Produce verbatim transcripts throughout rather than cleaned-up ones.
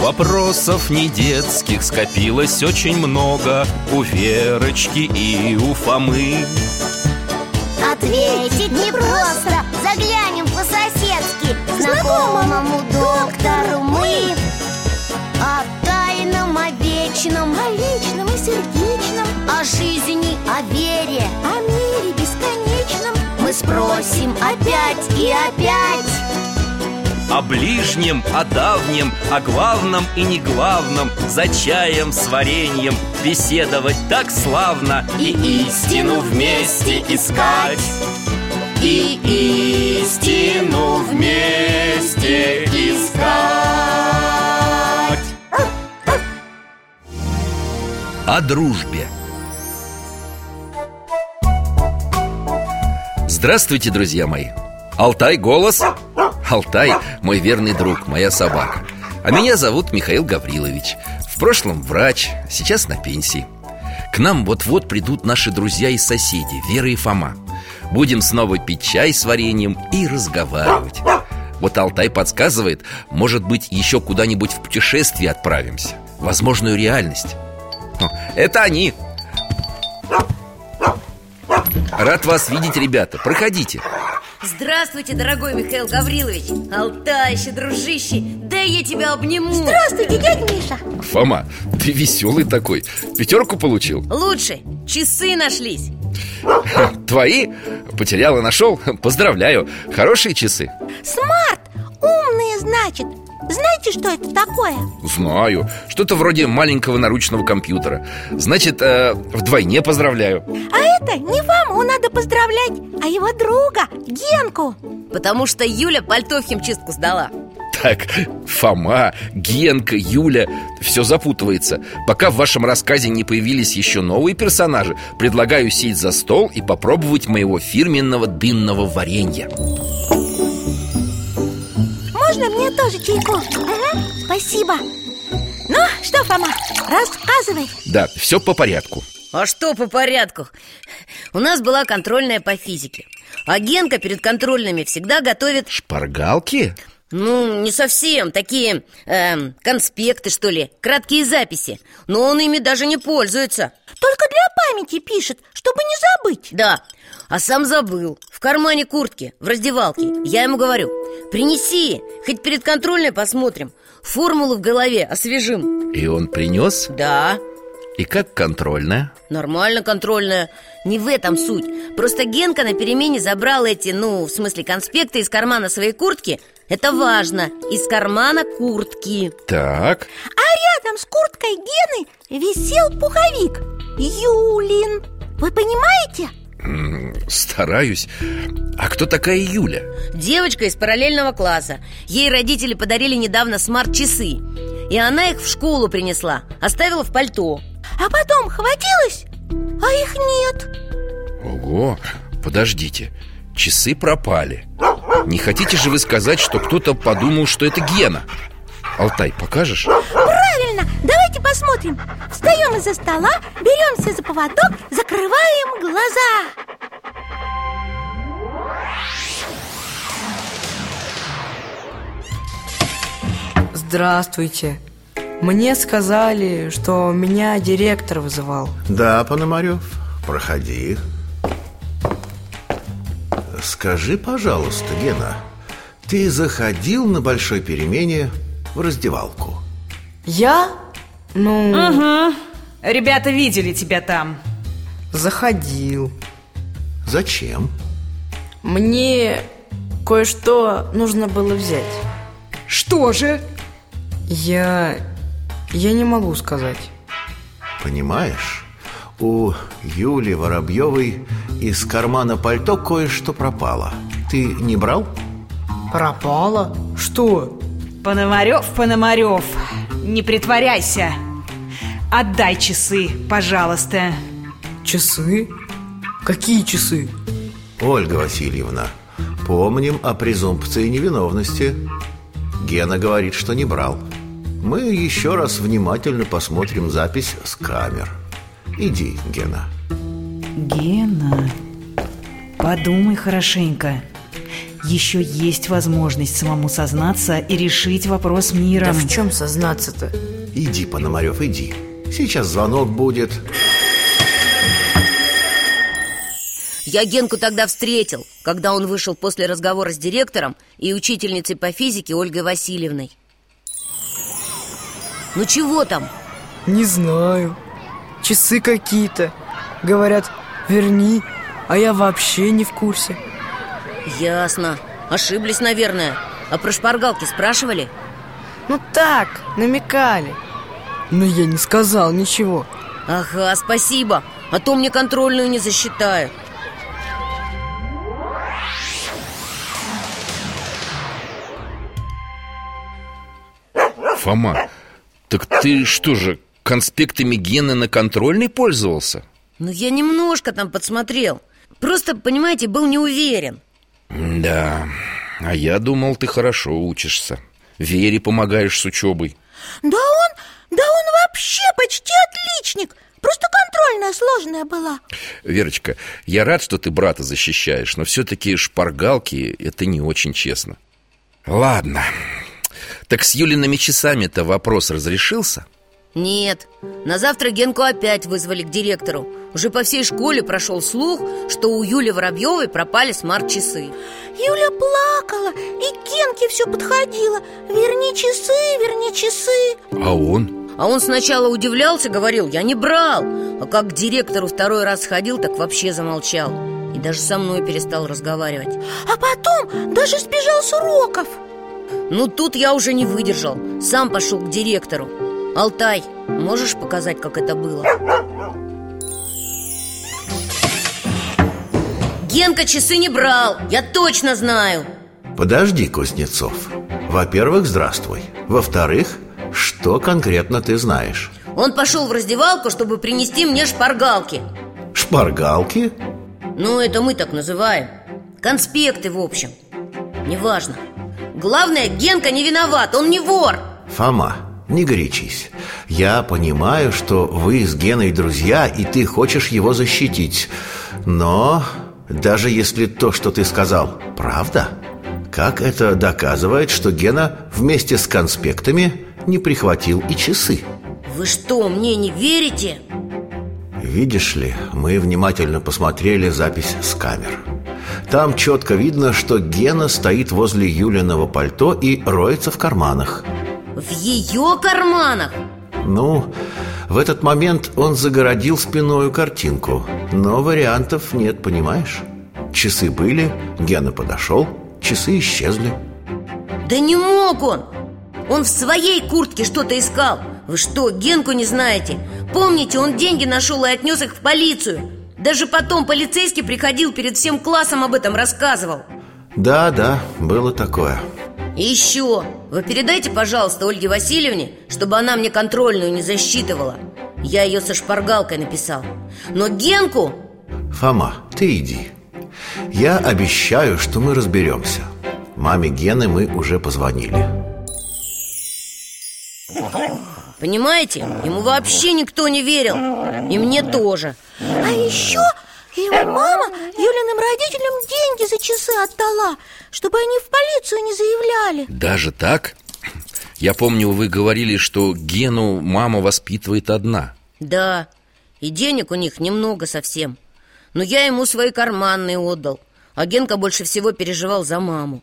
Вопросов не детских скопилось очень много у Верочки и у Фомы. Ответить непросто, заглянем по-соседски к знакомому доктору мы. О тайном, о вечном, о личном и сердечном, о жизни, о вере, о мире бесконечном мы спросим опять и опять. О ближнем, о давнем, о главном и неглавном, за чаем с вареньем беседовать так славно. И истину вместе искать, и истину вместе искать. О дружбе. Здравствуйте, друзья мои. Алтай голос. Алтай – мой верный друг, моя собака. А меня зовут Михаил Гаврилович. В прошлом врач, сейчас на пенсии. К нам вот-вот придут наши друзья и соседи, Вера и Фома. Будем снова пить чай с вареньем и разговаривать. Вот Алтай подсказывает, может быть, еще куда-нибудь в путешествие отправимся, в возможную реальность. О, это они. Рад вас видеть, ребята, проходите. Здравствуйте, дорогой Михаил Гаврилович. Алтайще, дружище, дай я тебя обниму. Здравствуйте, дядя Миша. Фома, ты веселый такой. Пятерку получил? Лучше, часы нашлись. Твои? Потерял и нашел? Поздравляю, хорошие часы. Смарт, умные, значит. Знаете, что это такое? Знаю, что-то вроде маленького наручного компьютера. Значит, э, вдвойне поздравляю. А это не Фому надо поздравлять, а его друга, Генку. Потому что Юля пальто в химчистку сдала. Так, Фома, Генка, Юля, все запутывается. Пока в вашем рассказе не появились еще новые персонажи, предлагаю сесть за стол и попробовать моего фирменного дынного варенья. Можно мне тоже чайку? Угу, спасибо. Ну, что, Фома, рассказывай. Да, все по порядку. А что по порядку? У нас была контрольная по физике. А Генка перед контрольными всегда готовит... Шпаргалки? Ну, не совсем. Такие эм, конспекты, что ли. Краткие записи. Но он ими даже не пользуется. Только для памяти пишет, чтобы не забыть. Да, а сам забыл. В кармане куртки, в раздевалке. Я ему говорю: принеси, хоть перед контрольной посмотрим. Формулу в голове освежим. И он принес? Да. И как контрольная? Нормально контрольная. Не в этом суть. Просто Генка на перемене забрал эти, ну, в смысле, конспекты из кармана своей куртки. Это важно. Из кармана куртки. Так. А рядом с курткой Гены висел пуховик Юлин. Вы понимаете? Стараюсь. А кто такая Юля? Девочка из параллельного класса. Ей родители подарили недавно смарт-часы. И она их в школу принесла, оставила в пальто. А потом хватилась, а их нет. Ого, подождите, часы пропали. Не хотите же вы сказать, что кто-то подумал, что это Гена? Алтай, покажешь? Правильно, давайте посмотрим. Встаем из-за стола, беремся за поводок, закрываем глаза. Здравствуйте. Мне сказали, что меня директор вызывал. Да, Пономарев, проходи. Скажи, пожалуйста, Гена, ты заходил на большой перемене в раздевалку? Я? Ну... Угу. Ребята видели тебя там. Заходил. Зачем? Мне кое-что нужно было взять. Что же? Я... я не могу сказать. Понимаешь, у Юли Воробьевой из кармана пальто кое-что пропало. Ты не брал? Пропало? Что? Пономарев, Пономарев, не притворяйся. Отдай часы, пожалуйста. Часы? Какие часы? Ольга Васильевна, помним о презумпции невиновности. Гена говорит, что не брал. Мы еще раз внимательно посмотрим запись с камер. Иди, Гена. Гена, подумай хорошенько. еще есть возможность самому сознаться и решить вопрос миром. Да в чем сознаться-то? Иди, Пономарев, иди. Сейчас звонок будет. Я Генку тогда встретил, когда он вышел после разговора с директором и учительницей по физике Ольгой Васильевной. Ну чего там? Не знаю. Часы какие-то. Говорят, верни, а я вообще не в курсе. Ясно. Ошиблись, наверное. А про шпаргалки спрашивали? Ну так, намекали. Но я не сказал ничего. Ага, спасибо. А то мне контрольную не засчитают. Фома, так ты что же, конспектами Гены на контрольной пользовался? Ну, я немножко там подсмотрел. Просто, понимаете, был не уверен. Да, а я думал, ты хорошо учишься. Вере помогаешь с учебой. Да он, да он вообще почти отличник. Просто контрольная сложная была. Верочка, я рад, что ты брата защищаешь, но все-таки шпаргалки – это не очень честно. Ладно. Так с Юлиными часами-то вопрос разрешился? Нет, на завтра Генку опять вызвали к директору. Уже по всей школе прошел слух, что у Юли Воробьевой пропали смарт-часы. Юля плакала, и к Генке все подходила. Верни часы, верни часы. А он? А он сначала удивлялся, говорил, я не брал. А как к директору второй раз сходил, так вообще замолчал. И даже со мной перестал разговаривать. А потом даже сбежал с уроков. Ну тут я уже не выдержал. Сам пошел к директору. Алтай, можешь показать, как это было? Генка часы не брал, я точно знаю. Подожди, Кузнецов. Во-первых, здравствуй. Во-вторых, что конкретно ты знаешь? Он пошел в раздевалку, чтобы принести мне шпаргалки. Шпаргалки? Ну, это мы так называем. Конспекты, в общем. Неважно. Главное, Генка не виноват, он не вор. Фома, не горячись. Я понимаю, что вы с Геной друзья, и ты хочешь его защитить. Но даже если то, что ты сказал, правда, как это доказывает, что Гена вместе с конспектами не прихватил и часы? Вы что, мне не верите? Видишь ли, мы внимательно посмотрели запись с камер. Там четко видно, что Гена стоит возле Юлиного пальто и роется в карманах. В ее карманах? Ну, в этот момент он загородил спиною картинку. Но вариантов нет, понимаешь? Часы были, Гена подошел, часы исчезли. Да не мог он! Он в своей куртке что-то искал. Вы что, Генку не знаете? Помните, он деньги нашел и отнес их в полицию. Даже потом полицейский приходил, перед всем классом об этом рассказывал. Да, да, было такое. И еще, вы передайте, пожалуйста, Ольге Васильевне, чтобы она мне контрольную не засчитывала. Я ее со шпаргалкой написал. Но Генку... Фома, ты иди. Я обещаю, что мы разберемся. Маме Гены мы уже позвонили. Понимаете, ему вообще никто не верил. И мне тоже. А еще его мама Юлиным родителям деньги за часы отдала, чтобы они в полицию не заявляли. Даже так? Я помню, вы говорили, что Гену мама воспитывает одна. Да, и денег у них немного совсем. Но я ему свои карманные отдал. А Генка больше всего переживал за маму.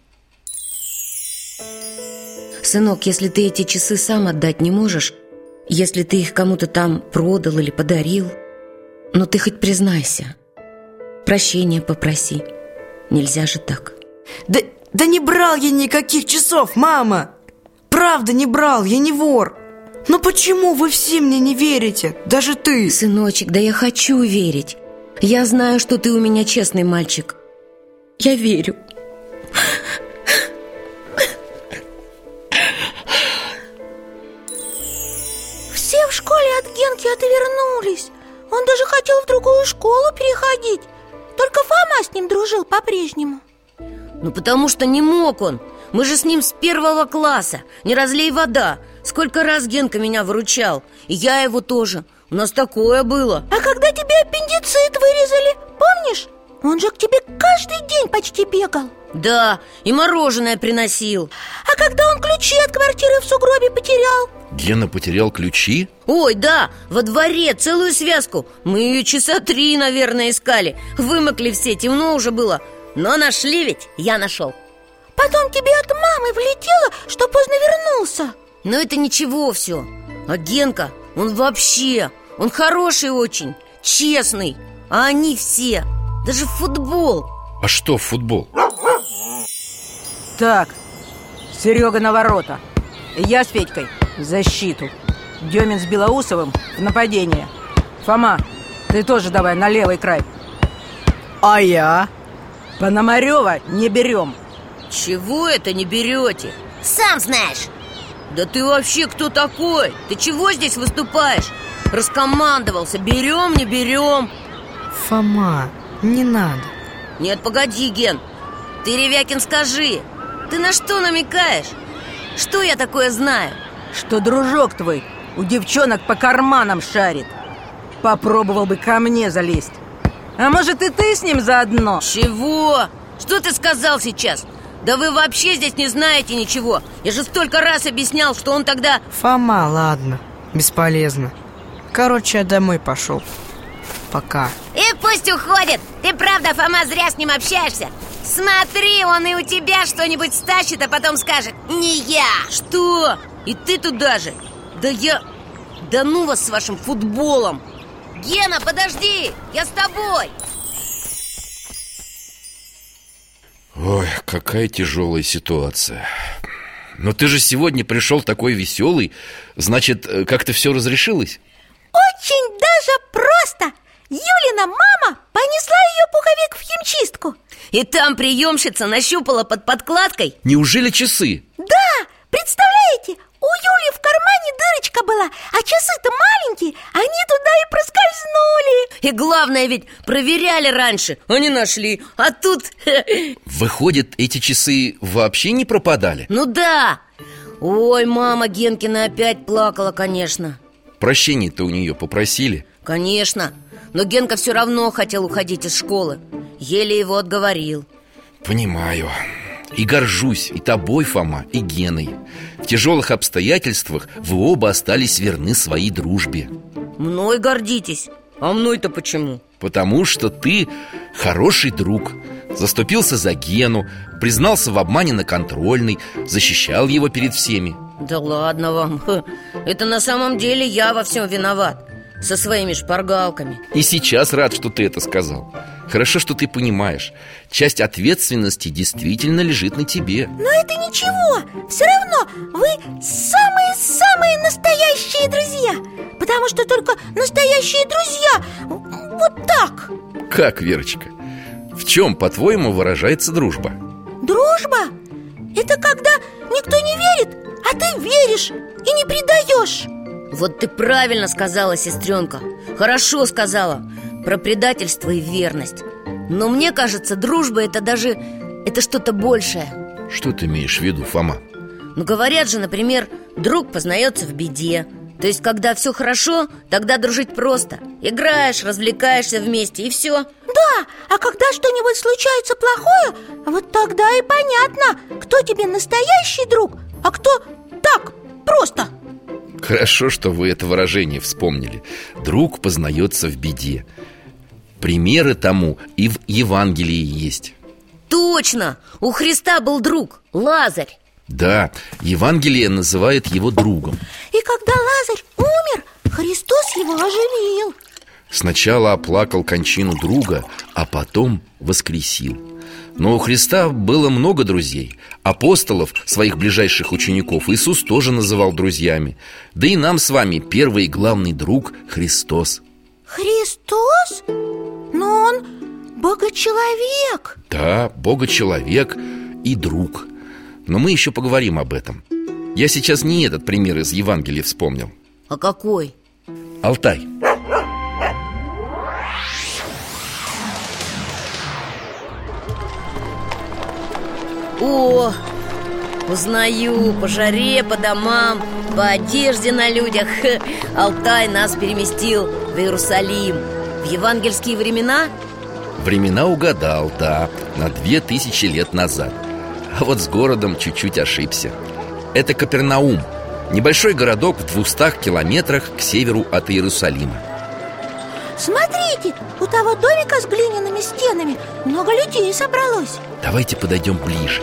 Сынок, если ты эти часы сам отдать не можешь, если ты их кому-то там продал или подарил, ну ты хоть признайся. Прощения попроси. Нельзя же так. Да, да не брал я никаких часов, мама. Правда не брал, я не вор. Но почему вы все мне не верите? Даже ты. Сыночек, да я хочу верить. Я знаю, что ты у меня честный мальчик. Я верю. Все в школе от Генки отвернулись. Он даже хотел в другую школу переходить. Только Фома с ним дружил по-прежнему. Ну потому что не мог он. Мы же с ним с первого класса. Не разлей вода. Сколько раз Генка меня выручал. И я его тоже. У нас такое было. А когда тебе аппендицит вырезали, помнишь? Он же к тебе каждый день почти бегал. Да, и мороженое приносил. А когда он ключи от квартиры в сугробе потерял? Гена потерял ключи? Ой, да, во дворе целую связку. Мы ее часа три, наверное, искали. Вымокли все, темно уже было. Но нашли ведь, я нашел. Потом тебе от мамы влетело, что поздно вернулся. Но это ничего все. А Генка, он вообще, он хороший очень, честный. А они все, даже в футбол. А что в футбол? Так, Серега на ворота. Я с Федькой в защиту. Демин с Белоусовым в нападение. Фома, ты тоже давай на левый край. А я? Пономарева не берем. Чего это не берете? Сам знаешь. Да ты вообще кто такой? Ты чего здесь выступаешь? Раскомандовался, берем, не берем. Фома, не надо. Нет, погоди, Ген. Ты, Ревякин, скажи, ты на что намекаешь? Что я такое знаю? Что дружок твой у девчонок по карманам шарит. Попробовал бы ко мне залезть. А может, и ты с ним заодно? Чего? Что ты сказал сейчас? Да вы вообще здесь не знаете ничего. Я же столько раз объяснял, что он тогда... Фома, ладно, бесполезно. Короче, я домой пошел. Пока. И пусть уходит. Ты правда, Фома, зря с ним общаешься. Смотри, он и у тебя что-нибудь стащит, а потом скажет: не я. Что? И ты туда же? Да я... Да ну вас с вашим футболом. Гена, подожди, я с тобой. Ой, какая тяжелая ситуация. Но ты же сегодня пришел такой веселый. Значит, как-то все разрешилось? Очень даже просто. Юлина мама понесла ее пуховик в химчистку. И там приемщица нащупала под подкладкой. Неужели часы? Да, представляете, у Юли в кармане дырочка была, а часы-то маленькие, они туда и проскользнули. И главное ведь, проверяли раньше, а не нашли. А тут... Выходит, эти часы вообще не пропадали? Ну да. Ой, мама Генкина опять плакала, конечно. Прощения-то у нее попросили? Конечно. Но Генка все равно хотел уходить из школы. Еле его отговорил. Понимаю. И горжусь и тобой, Фома, и Геной. В тяжелых обстоятельствах вы оба остались верны своей дружбе. Мной гордитесь? А мной-то почему? Потому что ты хороший друг. Заступился за Гену, признался в обмане на контрольной, защищал его перед всеми. Да ладно вам. Это на самом деле я во всем виноват. Со своими шпаргалками. И сейчас рад, что ты это сказал. Хорошо, что ты понимаешь. Часть ответственности действительно лежит на тебе. Но это ничего. Все равно вы самые-самые настоящие друзья. Потому что только настоящие друзья вот так. Как, Верочка? В чем, по-твоему, выражается дружба? Дружба? Это когда никто не верит, а ты веришь и не предаешь. Вот ты правильно сказала, сестренка. Хорошо сказала. Про предательство и верность. Но мне кажется, дружба это даже... Это что-то большее. Что ты имеешь в виду, Фома? Ну, говорят же, например, друг познается в беде. То есть, когда все хорошо, тогда дружить просто. Играешь, развлекаешься вместе, и все. Да, а когда что-нибудь случается плохое, вот тогда и понятно, кто тебе настоящий друг, а кто так, просто. Хорошо, что вы это выражение вспомнили. Друг познается в беде. Примеры тому и в Евангелии есть. Точно! У Христа был друг, Лазарь. Да, Евангелие называет его другом. И когда Лазарь умер, Христос его оживил. Сначала оплакал кончину друга, а потом воскресил. Но у Христа было много друзей. Апостолов, своих ближайших учеников, Иисус тоже называл друзьями. Да и нам с вами первый и главный друг Христос. Христос? Но он богочеловек. Да, богочеловек и друг. Но мы еще поговорим об этом. Я сейчас не этот пример из Евангелия вспомнил. А какой? Алтай. О, узнаю, по жаре, по домам, по одежде на людях. Алтай нас переместил в Иерусалим. В евангельские времена? Времена угадал, да. на две тысячи лет назад. А вот с городом чуть-чуть ошибся. Это Капернаум, небольшой городок в двухстах километрах к северу от Иерусалима. Смотрите, у того домика с глиняными стенами много людей собралось. Давайте подойдем ближе.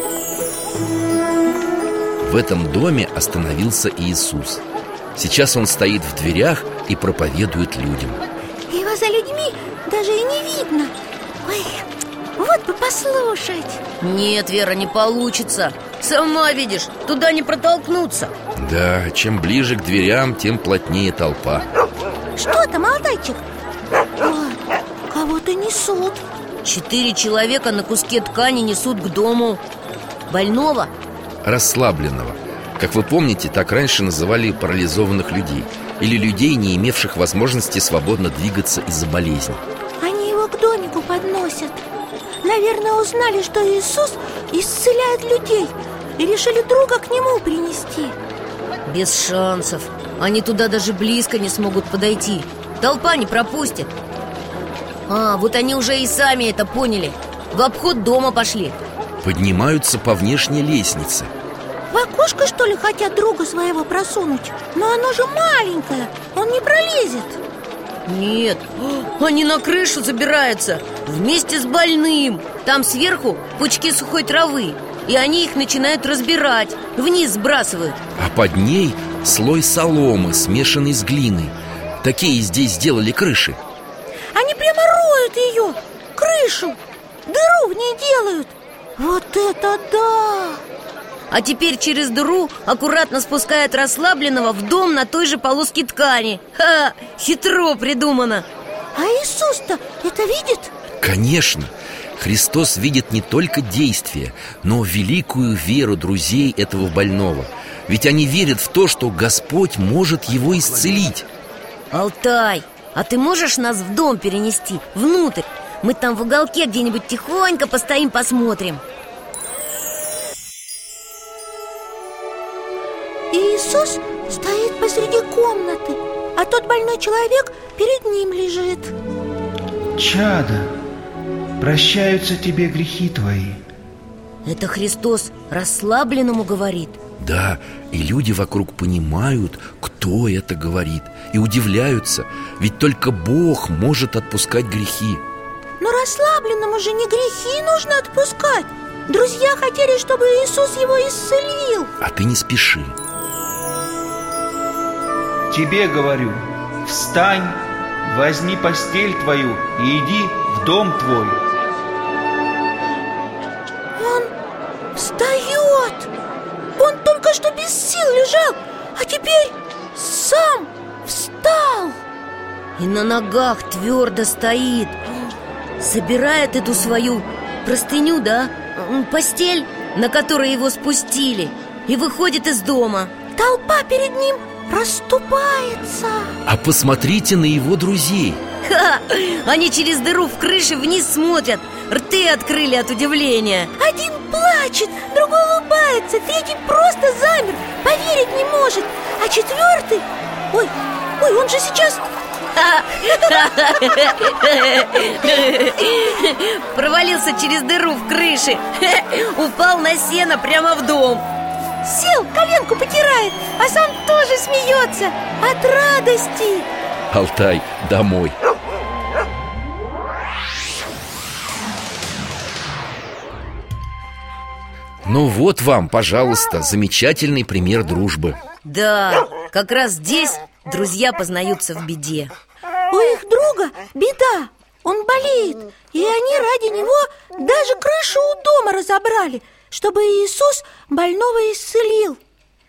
В этом доме остановился Иисус. Сейчас он стоит в дверях и проповедует людям. Его за людьми даже и не видно. Ой, вот бы послушать. Нет, Вера, не получится. Сама видишь, туда не протолкнуться. Да, чем ближе к дверям, тем плотнее толпа. Что там, Алтайчик? Ой, кого-то несут. Четыре человека на куске ткани несут к дому. Больного? Расслабленного. Как вы помните, так раньше называли парализованных людей. Или людей, не имевших возможности свободно двигаться из-за болезни. Они его к домику подносят. Наверное, узнали, что Иисус исцеляет людей, и решили друга к нему принести. Без шансов. Они туда даже близко не смогут подойти. Толпа не пропустит. А, вот они уже и сами это поняли. В обход дома пошли. Поднимаются по внешней лестнице. В окошко, что ли, хотят друга своего просунуть? Но оно же маленькое, он не пролезет. Нет, они на крышу забираются вместе с больным. Там сверху пучки сухой травы, и они их начинают разбирать, вниз сбрасывают. А под ней слой соломы, смешанный с глиной. Такие здесь сделали крыши. Они прямо роют ее, крышу, дыру в ней делают. Вот это да! А теперь через дыру аккуратно спускают расслабленного в дом на той же полоске ткани. Ха, хитро придумано. А Иисус-то это видит? Конечно. Христос видит не только действия, но великую веру друзей этого больного. Ведь они верят в то, что Господь может его исцелить. Алтай, а ты можешь нас в дом перенести, внутрь? Мы там в уголке где-нибудь тихонько постоим, посмотрим. Иисус стоит посреди комнаты, а тот больной человек перед ним лежит. Чадо, прощаются тебе грехи твои. Это Христос расслабленному говорит. Да, и люди вокруг понимают, кто это говорит, и удивляются, ведь только Бог может отпускать грехи. Но расслабленному же не грехи нужно отпускать. Друзья хотели, чтобы Иисус его исцелил. А ты не спеши. Тебе говорю, встань, возьми постель твою и иди в дом твой. Он встает. Он только что без сил лежал, а теперь сам встал. И на ногах твердо стоит. Собирает эту свою простыню, да, постель, на которой его спустили, и выходит из дома. Толпа перед ним расступается. А посмотрите на его друзей. Ха! Они через дыру в крыше вниз смотрят, рты открыли от удивления. Один плачет, другой улыбается, третий просто замер, поверить не может. А четвертый... Ой, ой, он же сейчас... Провалился через дыру в крыше. Упал на сено прямо в дом. Сел, коленку потирает, а сам тоже смеется от радости. Алтай, домой. Ну вот вам, пожалуйста, замечательный пример дружбы. Да, как раз здесь друзья познаются в беде. У их друга беда, он болеет, и они ради него даже крышу у дома разобрали, чтобы Иисус больного исцелил.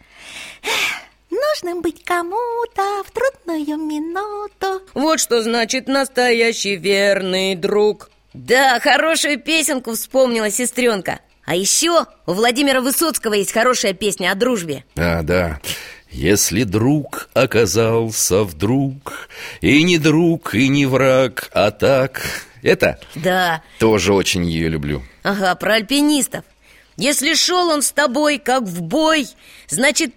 Нужно быть кому-то в трудную минуту. Вот что значит настоящий верный друг. Да, хорошую песенку вспомнила сестренка. А еще у Владимира Высоцкого есть хорошая песня о дружбе. А, да. Если друг оказался вдруг, и не друг, и не враг, а так... Это? Да. Тоже очень ее люблю. Ага, про альпинистов. Если шел он с тобой, как в бой, значит,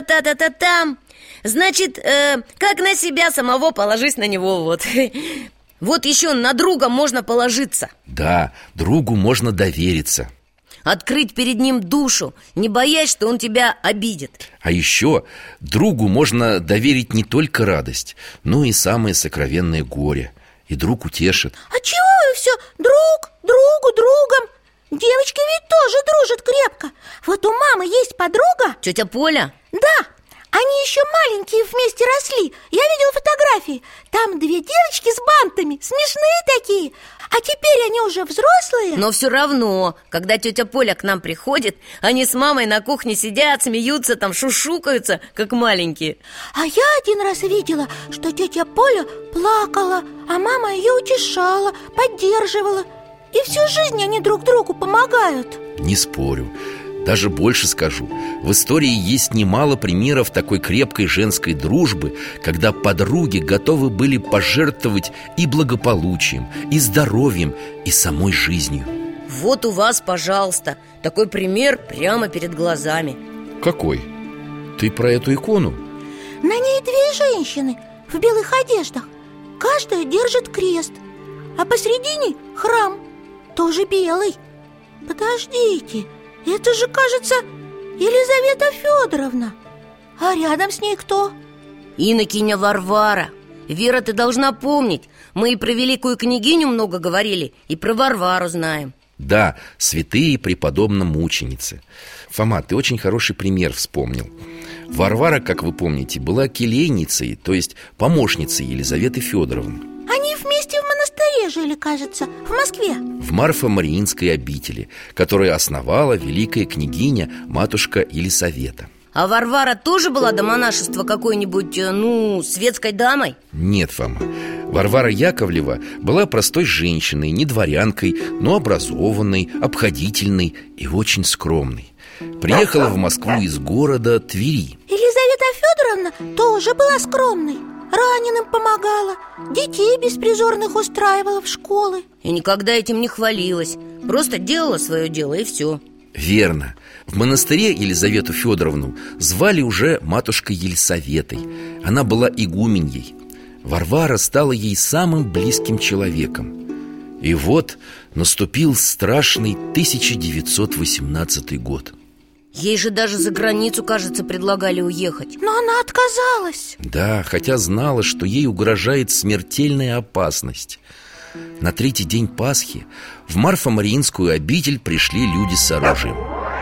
тра-та-та-та-та-там, значит, э, как на себя самого положись на него, вот. Вот еще на друга можно положиться. Да, другу можно довериться. Открыть перед ним душу, не боясь, что он тебя обидит. А еще другу можно доверить не только радость, но и самое сокровенное горе. И друг утешит. А чего вы все друг, другу, другом? Девочки ведь тоже дружат крепко. Вот у мамы есть подруга. Тетя Поля? Да, они еще маленькие вместе росли. Я видела фотографии. Там две девочки с бантами, смешные такие. А теперь они уже взрослые. Но все равно, когда тетя Поля к нам приходит, они с мамой на кухне сидят, смеются, там шушукаются, как маленькие. А я один раз видела, что тетя Поля плакала, а мама ее утешала, поддерживала. И всю жизнь они друг другу помогают. Не спорю. Даже больше скажу. В истории есть немало примеров такой крепкой женской дружбы, когда подруги готовы были пожертвовать и благополучием, и здоровьем, и самой жизнью. Вот у вас, пожалуйста, такой пример прямо перед глазами. Какой? Ты про эту икону? На ней две женщины в белых одеждах. Каждая держит крест, а посередине храм, тоже белый. Подождите, это же, кажется, Елизавета Федоровна. А рядом с ней кто? Инокиня Варвара. Вера, ты должна помнить, мы и про великую княгиню много говорили, и про Варвару знаем. Да, святые преподобно-мученицы. Фома, ты очень хороший пример вспомнил. Варвара, как вы помните, была келейницей, то есть помощницей Елизаветы Федоровны. Они вместе в монастыре жили, кажется, в Москве. В Марфо-Мариинской обители, которую основала великая княгиня, матушка Елисавета. А Варвара тоже была до монашества какой-нибудь, ну, светской дамой? Нет, Фома. Варвара Яковлева была простой женщиной, не дворянкой, но образованной, обходительной и очень скромной. Приехала в Москву из города Твери. Елизавета Федоровна тоже была скромной. Раненым помогала, детей беспризорных устраивала в школы. И никогда этим не хвалилась. Просто делала свое дело, и все. Верно. В монастыре Елизавету Федоровну звали уже матушкой Елисаветой. Она была игуменьей. Варвара стала ей самым близким человеком. И вот наступил страшный тысяча девятьсот восемнадцатый год. Ей же даже за границу, кажется, предлагали уехать. Но она отказалась. Да, хотя знала, что ей угрожает смертельная опасность. На третий день Пасхи в Марфо-Мариинскую обитель пришли люди с оружием.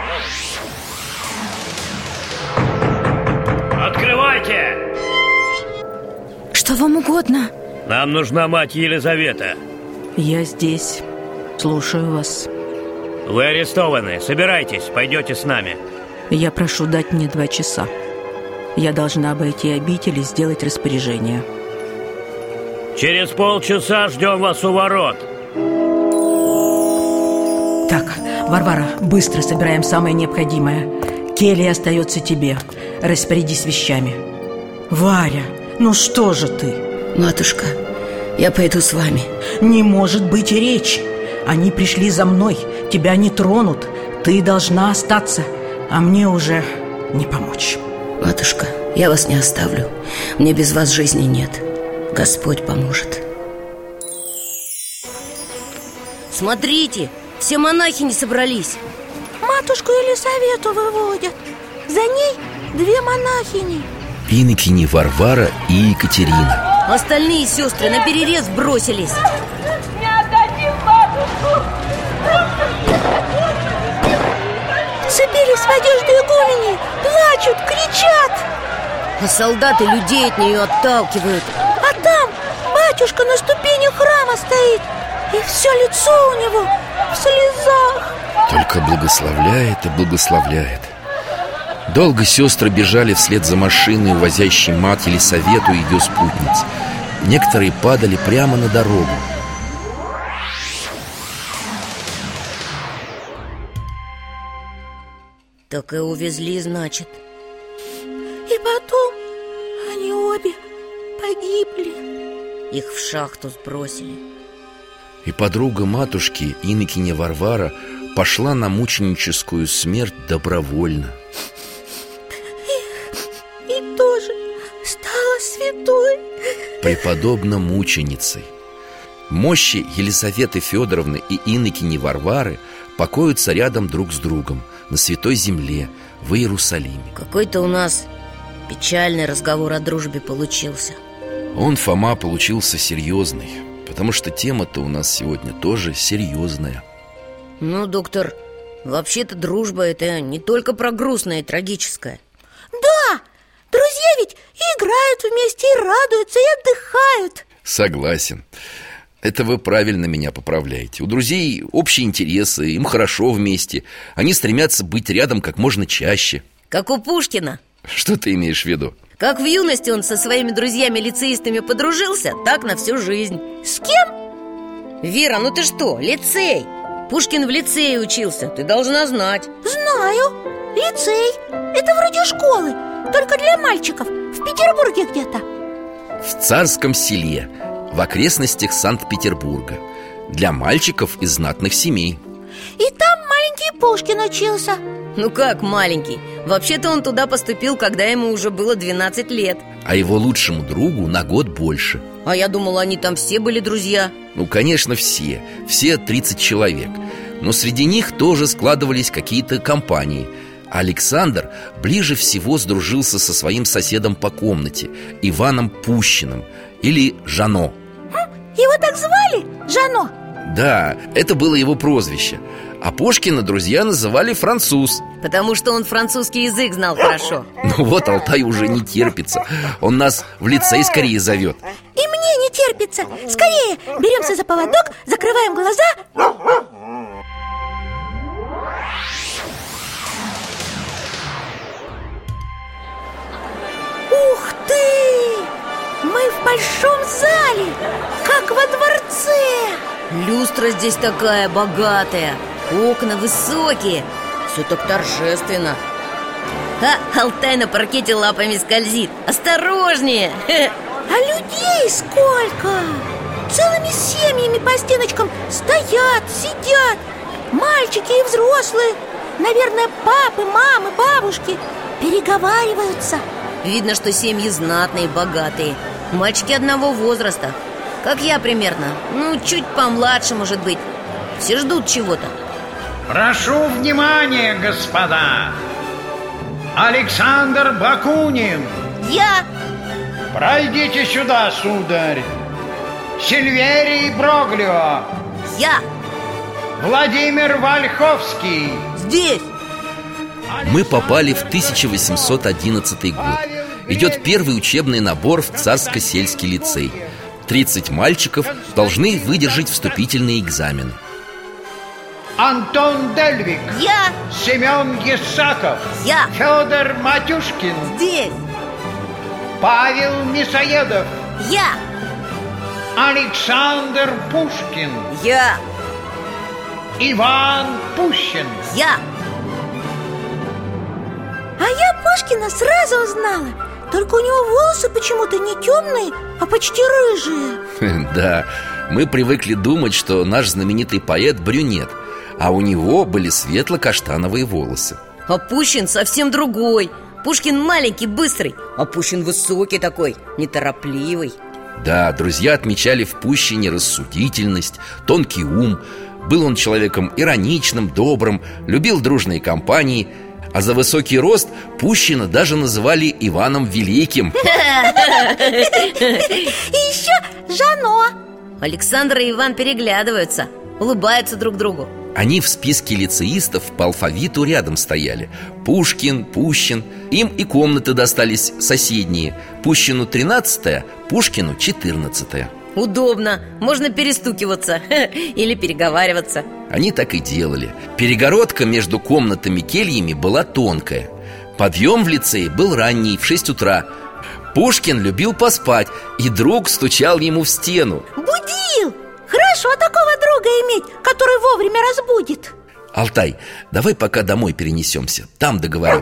Открывайте! Что вам угодно? Нам нужна мать Елизавета. Я здесь. Слушаю вас. Вы арестованы. Собирайтесь, пойдете с нами. Я прошу дать мне два часа. Я должна обойти обитель и сделать распоряжение. Через полчаса ждем вас у ворот. Так, Варвара, быстро собираем самое необходимое. Келия остается тебе. Распорядись вещами. Варя, ну что же ты? Матушка, я пойду с вами. Не может быть и речи. Они пришли за мной. Тебя не тронут. Ты должна остаться, а мне уже не помочь. Матушка, я вас не оставлю. Мне без вас жизни нет. Господь поможет. Смотрите, все монахини собрались. Матушку Елисавету выводят. За ней две монахини. Инокини Варвара и Екатерина. Остальные сестры наперерез бросились. Не отдадим матушку! Цепились в одежду игумени, плачут, кричат. А солдаты людей от нее отталкивают. А там батюшка на ступени храма стоит, и все лицо у него в слезах. Только благословляет и благословляет. Долго сестры бежали вслед за машиной, увозящей мать Елисавету и ее спутниц. Некоторые падали прямо на дорогу. Так и увезли, значит. И потом они обе погибли. Их в шахту сбросили. И подруга матушки, инокиня Варвара, пошла на мученическую смерть добровольно. И, и тоже стала святой. Преподобно-мученицей. Мощи Елизаветы Федоровны и Иннокени Варвары покоятся рядом друг с другом на Святой Земле, в Иерусалиме. Какой-то у нас печальный разговор о дружбе получился. Он, Фома, получился серьезный, потому что тема-то у нас сегодня тоже серьезная. Ну, доктор, вообще-то дружба — это не только про грустное и трагическое. Да, друзья ведь и играют вместе, и радуются, и отдыхают. Согласен. Это вы правильно меня поправляете. У друзей общие интересы, им хорошо вместе. Они стремятся быть рядом как можно чаще. Как у Пушкина. Что ты имеешь в виду? Как в юности он со своими друзьями-лицеистами подружился, так на всю жизнь. С кем? Вера, ну ты что, лицей? Пушкин в лицее учился, ты должна знать. Знаю, лицей. Это вроде школы, только для мальчиков. В Петербурге где-то. В Царском Селе, в окрестностях Санкт-Петербурга. Для мальчиков из знатных семей. И там маленький Пушкин учился. Ну как маленький? Вообще-то он туда поступил, когда ему уже было двенадцать лет. А его лучшему другу на год больше. А я думала, они там все были друзья. Ну, конечно, все. Все тридцать человек. Но среди них тоже складывались какие-то компании. Александр ближе всего сдружился со своим соседом по комнате, Иваном Пущиным, или Жано. Его так звали? Жано? Да, это было его прозвище. А Пушкина друзья называли француз. Потому что он французский язык знал хорошо. Ну вот, Алтай уже не терпится. Он нас в лицей скорее зовет. И мне не терпится. Скорее, беремся за поводок, закрываем глаза. Ух ты! Мы в большом зале, как во дворце. Люстра здесь такая богатая, окна высокие, все так торжественно. А Алтай на паркете лапами скользит. Осторожнее! А людей сколько! Целыми семьями по стеночкам стоят, сидят. Мальчики и взрослые. Наверное, папы, мамы, бабушки переговариваются. Видно, что семьи знатные, богатые. Мальчики одного возраста, как я примерно. Ну, чуть помладше, может быть. Все ждут чего-то. Прошу внимания, господа. Александр Бакунин. Я. Пройдите сюда, сударь. Сильверий Броглио. Я. Владимир Вольховский. Здесь. Мы попали в тысяча восемьсот одиннадцатый год. Идет первый учебный набор в Царско-сельский лицей. тридцать мальчиков должны выдержать вступительные экзамены. Антон Дельвик. Я. Семен Есаков. Я. Федор Матюшкин. Здесь. Павел Мясоедов. Я. Александр Пушкин. Я. Иван Пущин. Я. А я Пушкина сразу узнала. Только у него волосы почему-то не темные, а почти рыжие. Да, мы привыкли думать, что наш знаменитый поэт брюнет, а у него были светло-каштановые волосы. А Пущин совсем другой. Пушкин маленький, быстрый, а Пущин высокий такой, неторопливый. Да, друзья отмечали в Пущине рассудительность, тонкий ум. Был он человеком ироничным, добрым, любил дружные компании. А за высокий рост Пущина даже называли Иваном Великим. И еще Жано. Александр и Иван переглядываются, улыбаются друг другу. Они в списке лицеистов по алфавиту рядом стояли. Пушкин, Пущин. Им и комнаты достались соседние. Пущину тринадцатая, Пушкину четырнадцатая. Удобно, можно перестукиваться или переговариваться. Они так и делали. Перегородка между комнатами-кельями была тонкая. Подъем в лицее был ранний, в шесть утра. Пушкин любил поспать, и друг стучал ему в стену. Будил! Хорошо такого друга иметь, который вовремя разбудит. Алтай, давай пока домой перенесемся, там договорим.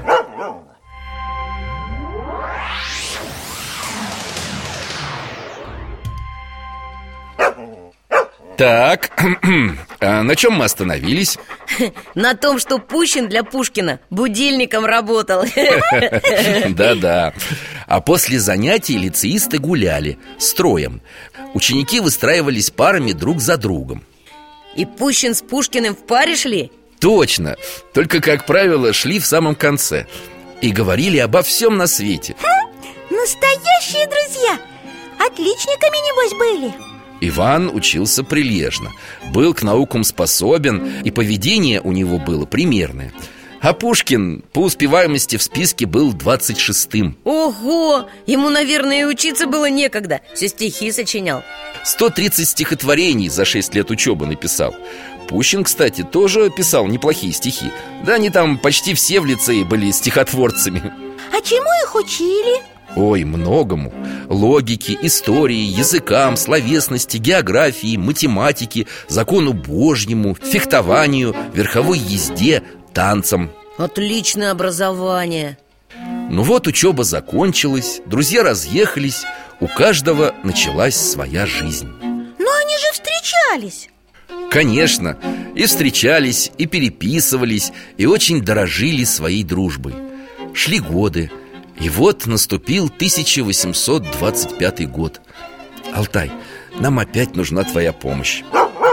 Так, а на чем мы остановились? На том, что Пущин для Пушкина будильником работал. Да-да. А после занятий лицеисты гуляли строем. Ученики выстраивались парами друг за другом. И Пущин с Пушкиным в паре шли? Точно, только, как правило, шли в самом конце. И говорили обо всем на свете. Хм, настоящие друзья! Отличниками, небось, были? Иван учился прилежно, был к наукам способен, и поведение у него было примерное. А Пушкин по успеваемости в списке был двадцать шестым. Ого! Ему, наверное, и учиться было некогда. Все стихи сочинял. сто тридцать стихотворений за шесть лет учебы написал. Пущин, кстати, тоже писал неплохие стихи. Да они там почти все в лицее были стихотворцами. А чему их учили? Ой, многому. Логике, истории, языкам, словесности, географии, математике, закону Божьему, фехтованию, верховой езде, танцам. Отличное образование. Ну вот учеба закончилась, друзья разъехались, у каждого началась своя жизнь. Но они же встречались. Конечно, и встречались, и переписывались, и очень дорожили своей дружбой. Шли годы, и вот наступил тысяча восемьсот двадцать пятый год. Алтай, нам опять нужна твоя помощь.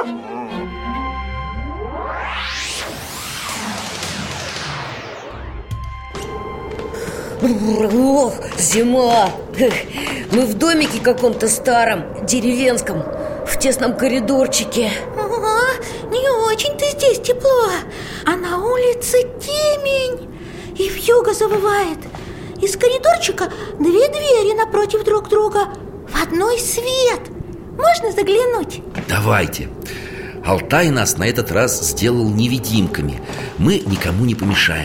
Ох, зима! Мы в домике каком-то старом, деревенском, в тесном коридорчике. Ага, не очень-то здесь тепло. А на улице темень, и вьюга завывает. Из коридорчика две двери напротив друг друга. В одной свет. Можно заглянуть? Давайте. Алтай нас на этот раз сделал невидимками. Мы никому не помешаем.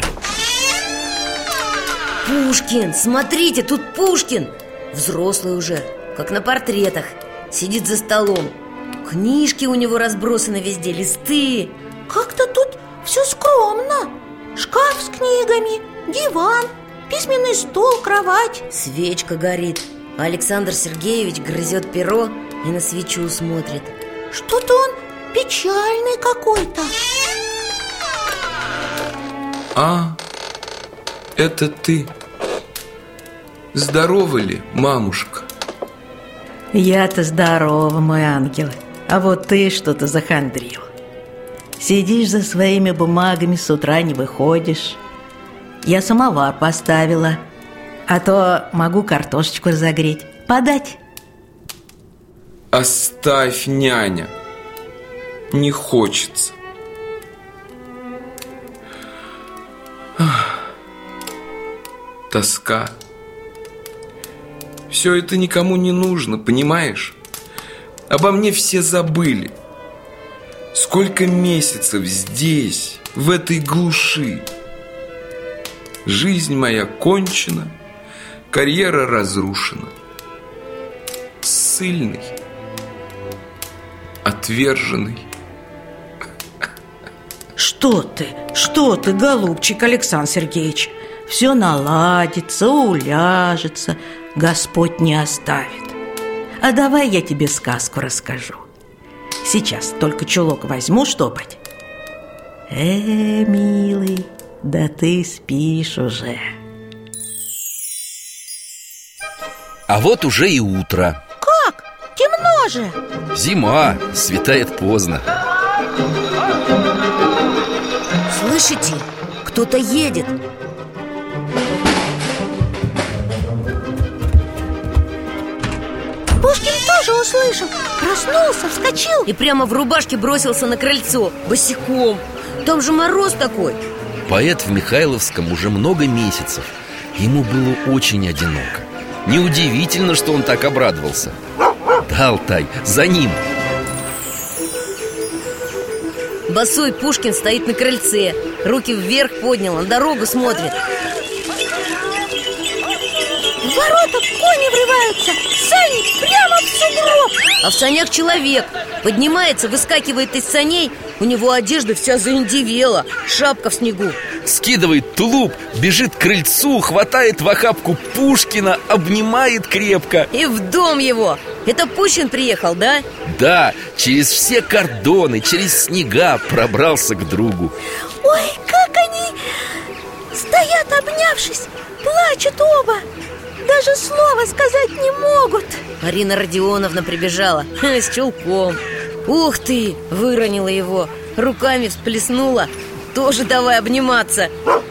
Пушкин, смотрите, тут Пушкин. Взрослый уже, как на портретах. Сидит за столом. Книжки у него разбросаны везде, листы. Как-то тут все скромно. Шкаф с книгами, диван, письменный стол, кровать. Свечка горит. Александр Сергеевич грызет перо и на свечу смотрит. Что-то он печальный какой-то. А, это ты. Здорова ли, мамушка? Я-то здорова, мой ангел. А вот ты что-то захандрил. Сидишь за своими бумагами, с утра не выходишь. Я самовар поставила. А то могу картошечку разогреть. Подать? Оставь, няня. Не хочется. Ах, тоска. Все это никому не нужно, понимаешь? Обо мне все забыли. Сколько месяцев здесь, в этой глуши. Жизнь моя кончена, карьера разрушена. Ссыльный, отверженный. Что ты, что ты, голубчик Александр Сергеевич? Все наладится, уляжется, Господь не оставит. А давай я тебе сказку расскажу. Сейчас только чулок возьму штопать. Э, милый, да ты спишь уже. А вот уже и утро. Как? Темно же. Зима, светает поздно. Слышите? Кто-то едет. Пушкин тоже услышал, проснулся, вскочил и прямо в рубашке бросился на крыльцо, босиком. Там же мороз такой. Поэт в Михайловском уже много месяцев. Ему было очень одиноко. Неудивительно, что он так обрадовался. Да, Алтай, за ним. Босой Пушкин стоит на крыльце, руки вверх поднял, на дорогу смотрит. В ворота кони врываются, сани прямо в сугроб. А в санях человек поднимается, выскакивает из саней. У него одежда вся заиндевела, шапка в снегу. Скидывает тулуп, бежит к крыльцу, хватает в охапку Пушкина, обнимает крепко. И в дом его. Это Пущин приехал, да? Да, через все кордоны, через снега пробрался к другу. Ой, как они стоят, обнявшись, плачут оба. даже слова сказать не могут. Арина Родионовна прибежала с чулком. Ух ты, выронила его, руками всплеснула. Тоже давай обниматься.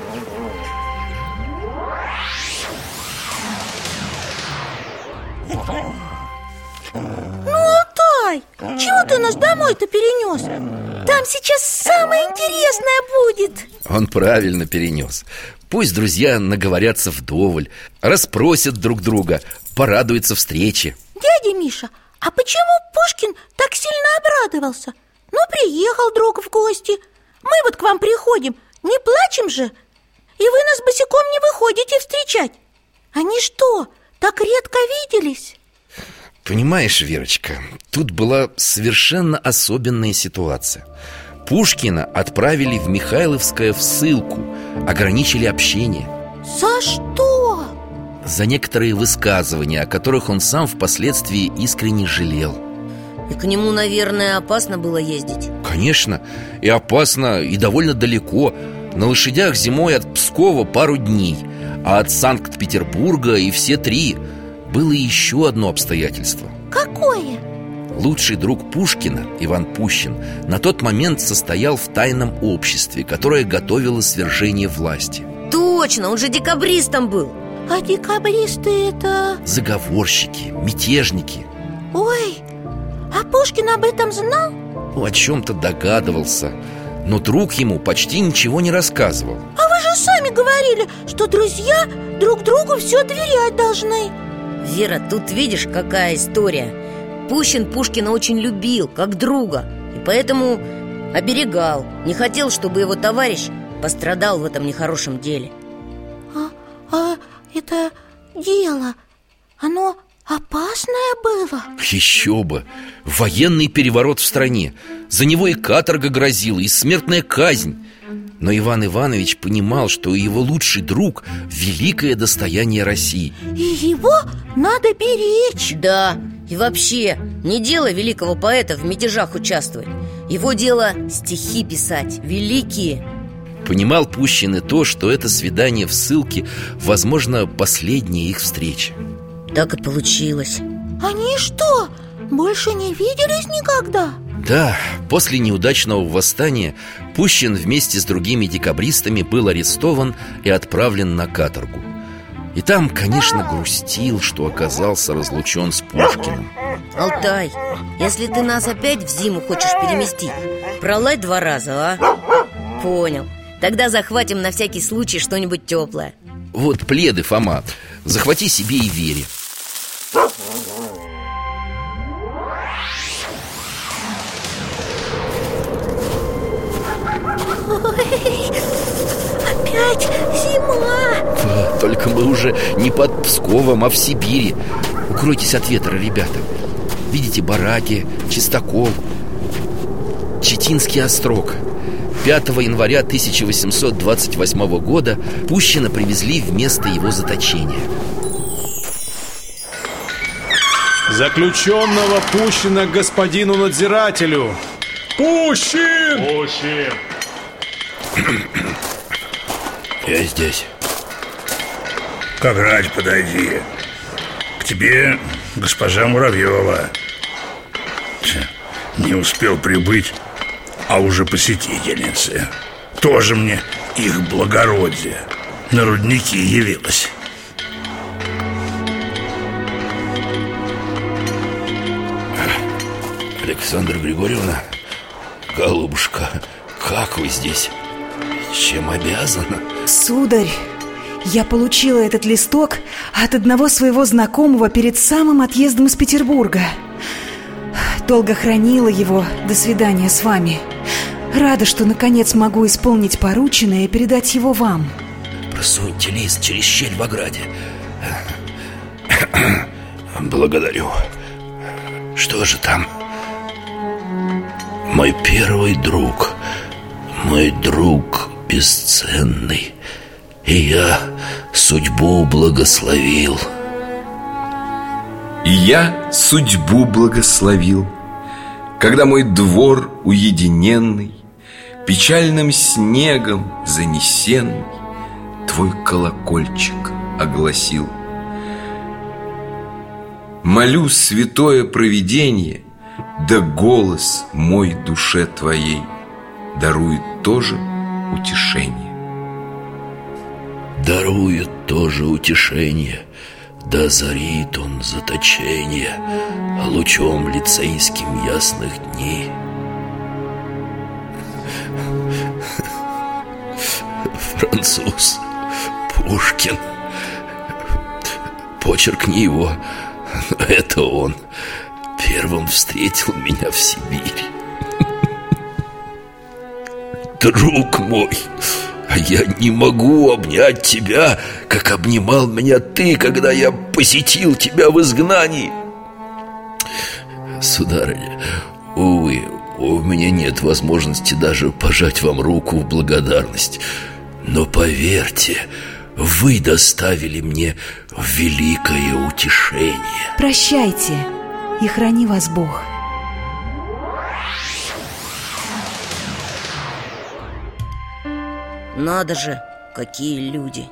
Ну, Алтай, чего ты нас домой-то перенес? Там сейчас самое интересное будет. Он правильно перенес. Пусть друзья наговорятся вдоволь, расспросят друг друга, порадуются встрече. Дядя Миша, а почему Пушкин так сильно обрадовался? Ну, приехал друг в гости. Мы вот к вам приходим, не плачем же? И вы нас босиком не выходите встречать. Они что, так редко виделись? Понимаешь, Верочка, тут была совершенно особенная ситуация. Пушкина отправили в Михайловское в ссылку, ограничили общение. За что? За некоторые высказывания, о которых он сам впоследствии искренне жалел. И к нему, наверное, опасно было ездить. Конечно, и опасно, и довольно далеко. На лошадях зимой от Пскова пару дней, а от Санкт-Петербурга и все три. Было еще одно обстоятельство. Какое? Лучший друг Пушкина, Иван Пущин, на тот момент состоял в тайном обществе, которое готовило свержение власти. Точно, он же декабристом был. А декабристы это... Заговорщики, мятежники. Ой, а Пушкин об этом знал? Ну, о чем-то догадывался, но друг ему почти ничего не рассказывал. А вы же сами говорили, что друзья друг другу все доверять должны. Вера, тут видишь, какая история. Пущин Пушкина очень любил, как друга, и поэтому оберегал. Не хотел, чтобы его товарищ пострадал в этом нехорошем деле. А, а это дело, оно опасное было? Еще бы! Военный переворот в стране. За него и каторга грозила, и смертная казнь. Но Иван Иванович понимал, что его лучший друг – великое достояние России. И его надо беречь. Да, и вообще, не дело великого поэта в мятежах участвовать. Его дело стихи писать, великие. Понимал Пущин и то, что это свидание в ссылке, возможно, последняя их встреча. Так и получилось. Они что, больше не виделись никогда? Да, после неудачного восстания Пущин вместе с другими декабристами был арестован и отправлен на каторгу. И там, конечно, грустил, что оказался разлучен с Пушкиным. Алтай, если ты нас опять в зиму хочешь переместить, проладь два раза, а? Понял. Тогда захватим на всякий случай что-нибудь теплое. Вот пледы, Фома, захвати себе и Вере. Ой, опять зима. Только мы уже не под Псковом, а в Сибири. Укройтесь от ветра, ребята. Видите бараки, чистокол, Читинский острог. пятого января тысяча восемьсот двадцать восьмого года Пущина привезли в место его заточения. Заключенного Пущина к господину надзирателю. Пущин! Пущин! Я здесь. Как рать, подойди. К тебе госпожа Муравьева. Не успел прибыть, а уже посетительницы. Тоже мне их благородие на рудники явилась. Александра Григорьевна, голубушка, как вы здесь? Чем обязана? Сударь, я получила этот листок от одного своего знакомого перед самым отъездом из Петербурга. Долго хранила его до свидания с вами. Рада, что наконец могу исполнить порученное и передать его вам. Просуньте лист через щель в ограде. Благодарю. Что же там? Мой первый друг, мой друг бесценный, и я судьбу благословил. И я судьбу благословил, когда мой двор уединенный, печальным снегом занесенный, твой колокольчик огласил. Молю святое провидение, да голос мой душе твоей дарует тоже утешение. Дарует тоже утешение, да озарит он заточение лучом лицейским ясных дней. Француз Пушкин. Почерк не его, но это он первым встретил меня в Сибири. Друг мой, а я не могу обнять тебя, как обнимал меня ты, когда я посетил тебя в изгнании. Сударыня, увы, у меня нет возможности даже пожать вам руку в благодарность. Но поверьте, вы доставили мне великое утешение. Прощайте, и храни вас Бог. Надо же, какие люди.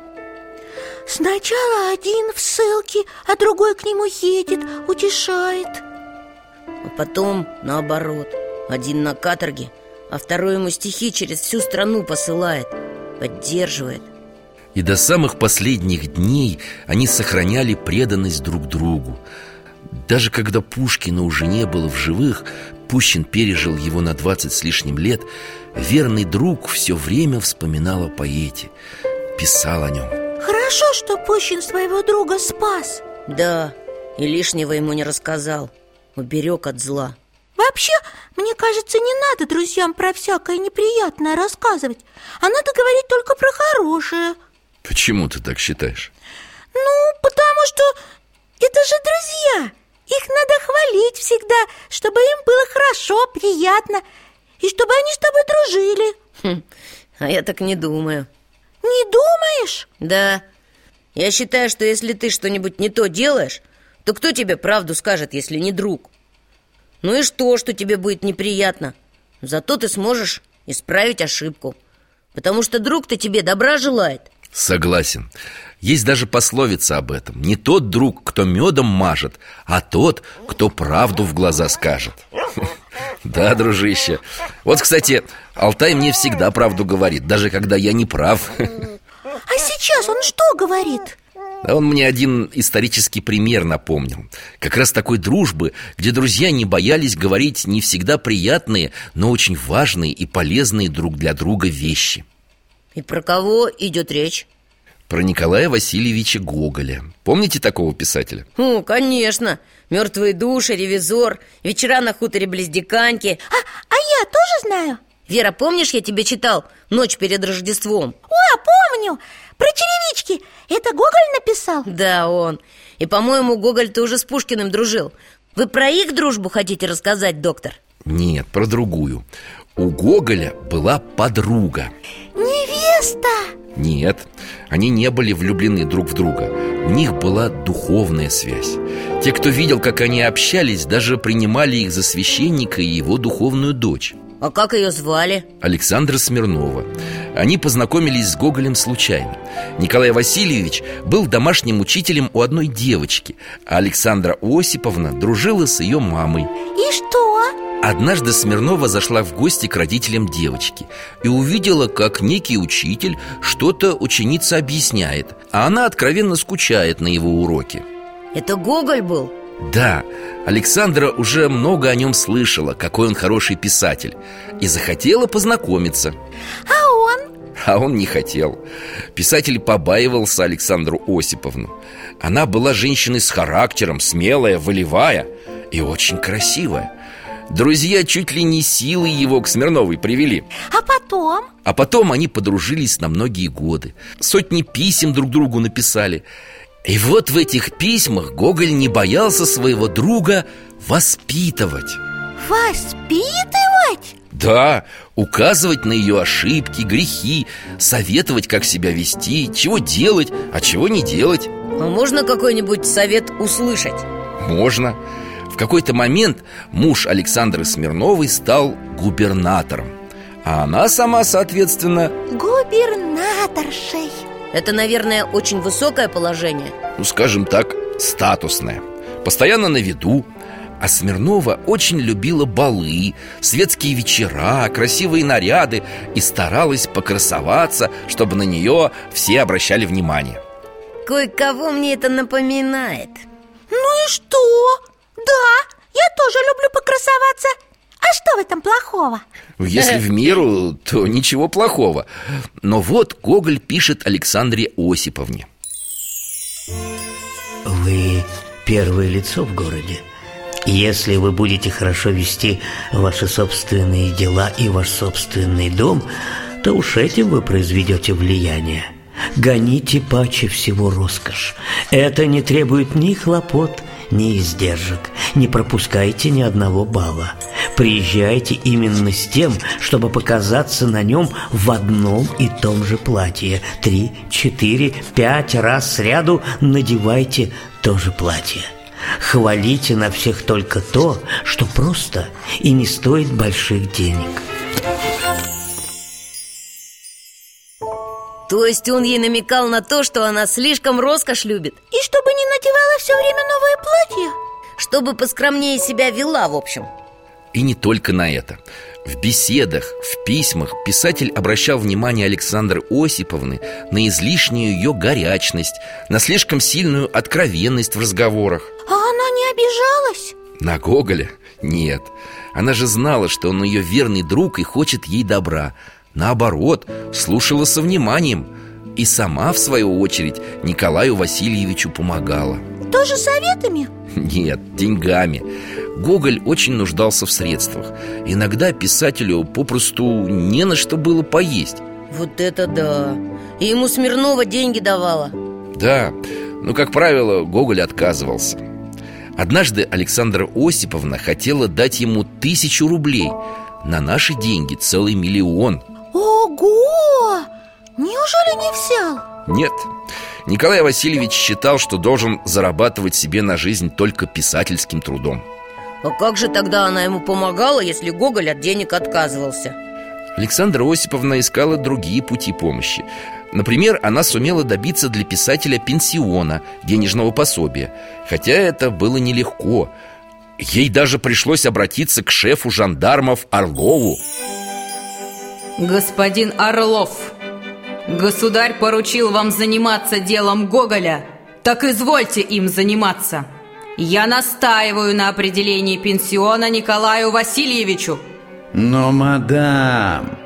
Сначала один в ссылке, а другой к нему едет, утешает. А потом наоборот. Один на каторге, а второй ему стихи через всю страну посылает, поддерживает. И до самых последних дней они сохраняли преданность друг другу. Даже когда Пушкина уже не было в живых, Пущин пережил его на двадцать с лишним лет, верный друг все время вспоминал о поэте, писал о нем. Хорошо, что Пущин своего друга спас. Да, и лишнего ему не рассказал, уберег от зла. Вообще, мне кажется, не надо друзьям про всякое неприятное рассказывать, а надо говорить только про хорошее. Почему ты так считаешь? Ну, потому что это же друзья. Их надо хвалить всегда, чтобы им было хорошо, приятно, и чтобы они с тобой дружили. Хм, а я так не думаю. Не думаешь? Да. Я считаю, что если ты что-нибудь не то делаешь, то кто тебе правду скажет, если не друг? Ну и что, что тебе будет неприятно? Зато ты сможешь исправить ошибку, потому что друг-то тебе добра желает. Согласен. Есть даже пословица об этом. Не тот друг, кто медом мажет, а тот, кто правду в глаза скажет. Да, дружище. Вот, кстати, Алтай мне всегда правду говорит, даже когда я не прав. А сейчас он что говорит? Он мне один исторический пример напомнил. Как раз такой дружбы, где друзья не боялись говорить не всегда приятные, но очень важные и полезные друг для друга вещи. И про кого идет речь? Про Николая Васильевича Гоголя. Помните такого писателя? Ну, конечно. «Мертвые души», «Ревизор», «Вечера на хуторе близ Диканьки». А, а я тоже знаю. Вера, помнишь, я тебе читал «Ночь перед Рождеством»? О, помню. Про черевички. Это Гоголь написал? Да, он. И, по-моему, Гоголь тоже с Пушкиным дружил. Вы про их дружбу хотите рассказать, доктор? Нет, про другую. У Гоголя была подруга. Невеста? Нет, они не были влюблены друг в друга. У них была духовная связь. Те, кто видел, как они общались, даже принимали их за священника и его духовную дочь. А как ее звали? Александра Смирнова. Они познакомились с Гоголем случайно. Николай Васильевич был домашним учителем у одной девочки, а Александра Осиповна дружила с ее мамой. И что? Однажды Смирнова зашла в гости к родителям девочки и увидела, как некий учитель что-то ученице объясняет, а она откровенно скучает на его уроке. Это Гоголь был? Да, Александра уже много о нем слышала, какой он хороший писатель, и захотела познакомиться. А он? А он не хотел. Писатель побаивался Александру Осиповну. Она была женщиной с характером, смелая, волевая и очень красивая. Друзья чуть ли не силой его к Смирновой привели. А потом? А потом они подружились на многие годы. Сотни писем друг другу написали. И вот в этих письмах Гоголь не боялся своего друга воспитывать. Воспитывать? Да, указывать на ее ошибки, грехи, советовать, как себя вести, чего делать, а чего не делать. А можно какой-нибудь совет услышать? Можно. В какой-то момент муж Александры Смирновой стал губернатором, а она сама, соответственно, губернаторшей. Это, наверное, очень высокое положение. Ну, скажем так, статусное. постоянно на виду. А Смирнова очень любила балы, светские вечера, красивые наряды и старалась покрасоваться, чтобы на нее все обращали внимание. Кое-кого мне это напоминает. Ну и что? Да, я тоже люблю покрасоваться. А что в этом плохого? Если в меру, то ничего плохого. Но вот Гоголь пишет Александре Осиповне. Вы первое лицо в городе. Если вы будете хорошо вести ваши собственные дела и ваш собственный дом, то уж этим вы произведете влияние. Гоните паче всего роскошь. Это не требует ни хлопот, ни издержек. Не пропускайте ни одного бала. Приезжайте именно с тем, чтобы показаться на нем в одном и том же платье. Три, четыре, пять раз сряду надевайте то же платье. Хвалите на всех только то, что просто и не стоит больших денег. То есть он ей намекал на то, что она слишком роскошь любит? И чтобы не надевала все время новое платье? Чтобы поскромнее себя вела, в общем. И не только на это. В беседах, в письмах писатель обращал внимание Александры Осиповны на излишнюю ее горячность, на слишком сильную откровенность в разговорах. А она не обижалась? На Гоголя? Нет. Она же знала, что он ее верный друг и хочет ей добра. Наоборот, слушала со вниманием. И сама, в свою очередь, Николаю Васильевичу помогала. Тоже советами? Нет, деньгами. Гоголь очень нуждался в средствах. Иногда писателю попросту не на что было поесть. Вот это да! И ему Смирнова деньги давала. Да, но, как правило, Гоголь отказывался. Однажды Александра Осиповна хотела дать ему тысячу рублей. На наши деньги целый миллион. Ого! Неужели не взял? Нет. Николай Васильевич считал, что должен зарабатывать себе на жизнь только писательским трудом. А как же тогда она ему помогала, если Гоголь от денег отказывался? Александра Осиповна искала другие пути помощи. Например, она сумела добиться для писателя пенсиона, денежного пособия. Хотя это было нелегко. Ей даже пришлось обратиться к шефу жандармов Орлову. Господин Орлов, государь поручил вам заниматься делом Гоголя. Так извольте им заниматься. Я настаиваю на определении пенсиона Николаю Васильевичу. Но, мадам,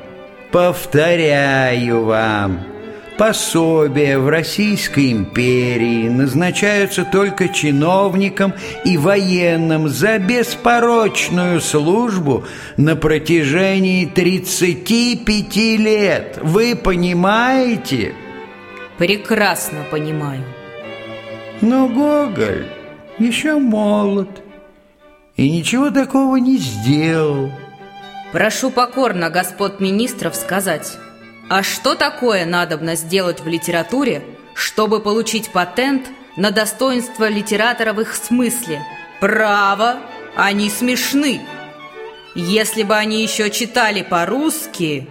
повторяю вам, пособия в Российской империи назначаются только чиновникам и военным за беспорочную службу на протяжении тридцати пяти лет. Вы понимаете? Прекрасно понимаю. Но Гоголь еще молод и ничего такого не сделал. Прошу покорно господ министров сказать, а что такое надобно сделать в литературе, чтобы получить патент на достоинство литератора в их смысле? Право, они смешны. Если бы они еще читали по-русски...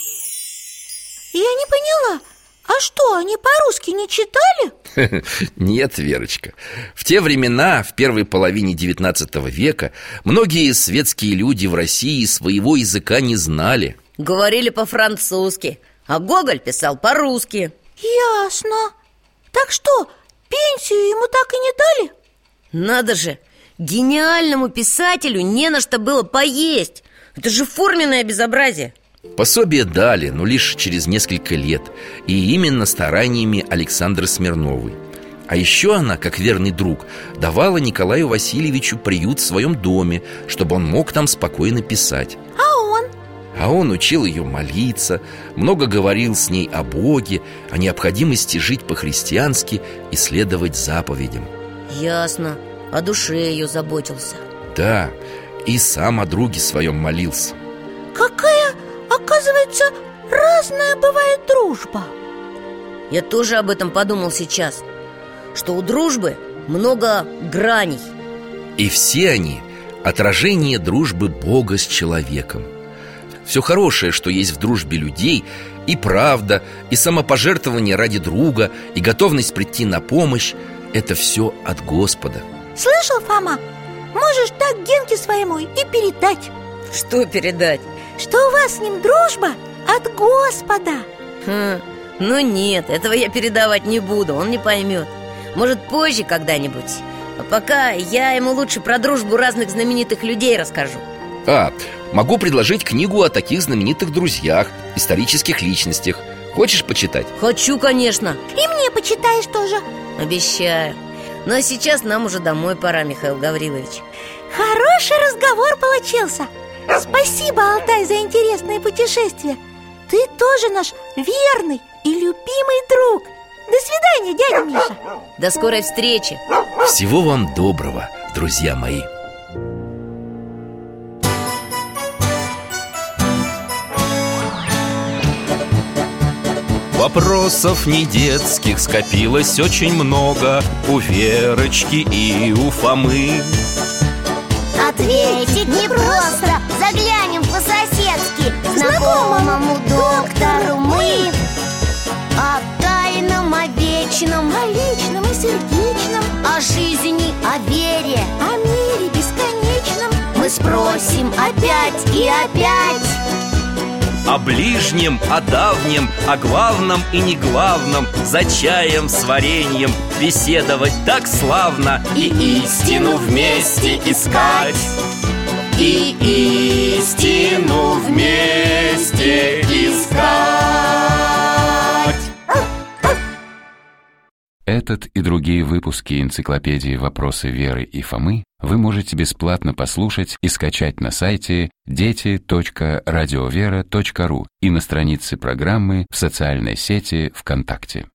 Я не поняла, а что, они по-русски не читали? Нет, Верочка. В те времена, в первой половине девятнадцатого века, многие светские люди в России своего языка не знали. Говорили по-французски, а Гоголь писал по-русски. Ясно. Так что, пенсию ему так и не дали? Надо же, гениальному писателю не на что было поесть. Это же форменное безобразие. Пособие дали, но лишь через несколько лет. И именно стараниями Александры Смирновой. А еще она, как верный друг, давала Николаю Васильевичу приют в своем доме, чтобы он мог там спокойно писать. А он? А он учил ее молиться, много говорил с ней о Боге, о необходимости жить по-христиански и следовать заповедям. Ясно, о душе ее заботился. Да, и сам о друге своем молился. Какая, оказывается, разная бывает дружба. Я тоже об этом подумал сейчас, что у дружбы много граней. И все они отражение дружбы Бога с человеком. Все хорошее, что есть в дружбе людей, и правда, и самопожертвование ради друга, и готовность прийти на помощь, это все от Господа. Слышал, Фома? Можешь так Генке своему и передать. Что передать? Что у вас с ним дружба от Господа. Хм, ну нет, этого я передавать не буду, он не поймет. Может, позже когда-нибудь. А пока я ему лучше про дружбу разных знаменитых людей расскажу. А, могу предложить книгу о таких знаменитых друзьях, исторических личностях. Хочешь почитать? Хочу, конечно. И мне почитаешь тоже. Обещаю. Но сейчас нам уже домой пора, Михаил Гаврилович. Хороший разговор получился. Спасибо, Алтай, за интересное путешествие. Ты тоже наш верный и любимый друг. До свидания, дядя Миша. До скорой встречи. Всего вам доброго, друзья мои. Вопросов не детских скопилось очень много у Верочки и у Фомы. Ответить непросто, заглянем по-соседски знакомому доктору мы. О тайном, о вечном, о личном и сердечном, о жизни, о вере, о мире бесконечном мы спросим опять и опять. О ближнем, о давнем, о главном и неглавном, за чаем с вареньем беседовать так славно. И истину вместе искать, и истину вместе искать. Этот и другие выпуски энциклопедии «Вопросы Веры и Фомы» вы можете бесплатно послушать и скачать на сайте дети точка радиовера точка ру и на странице программы в социальной сети ВКонтакте.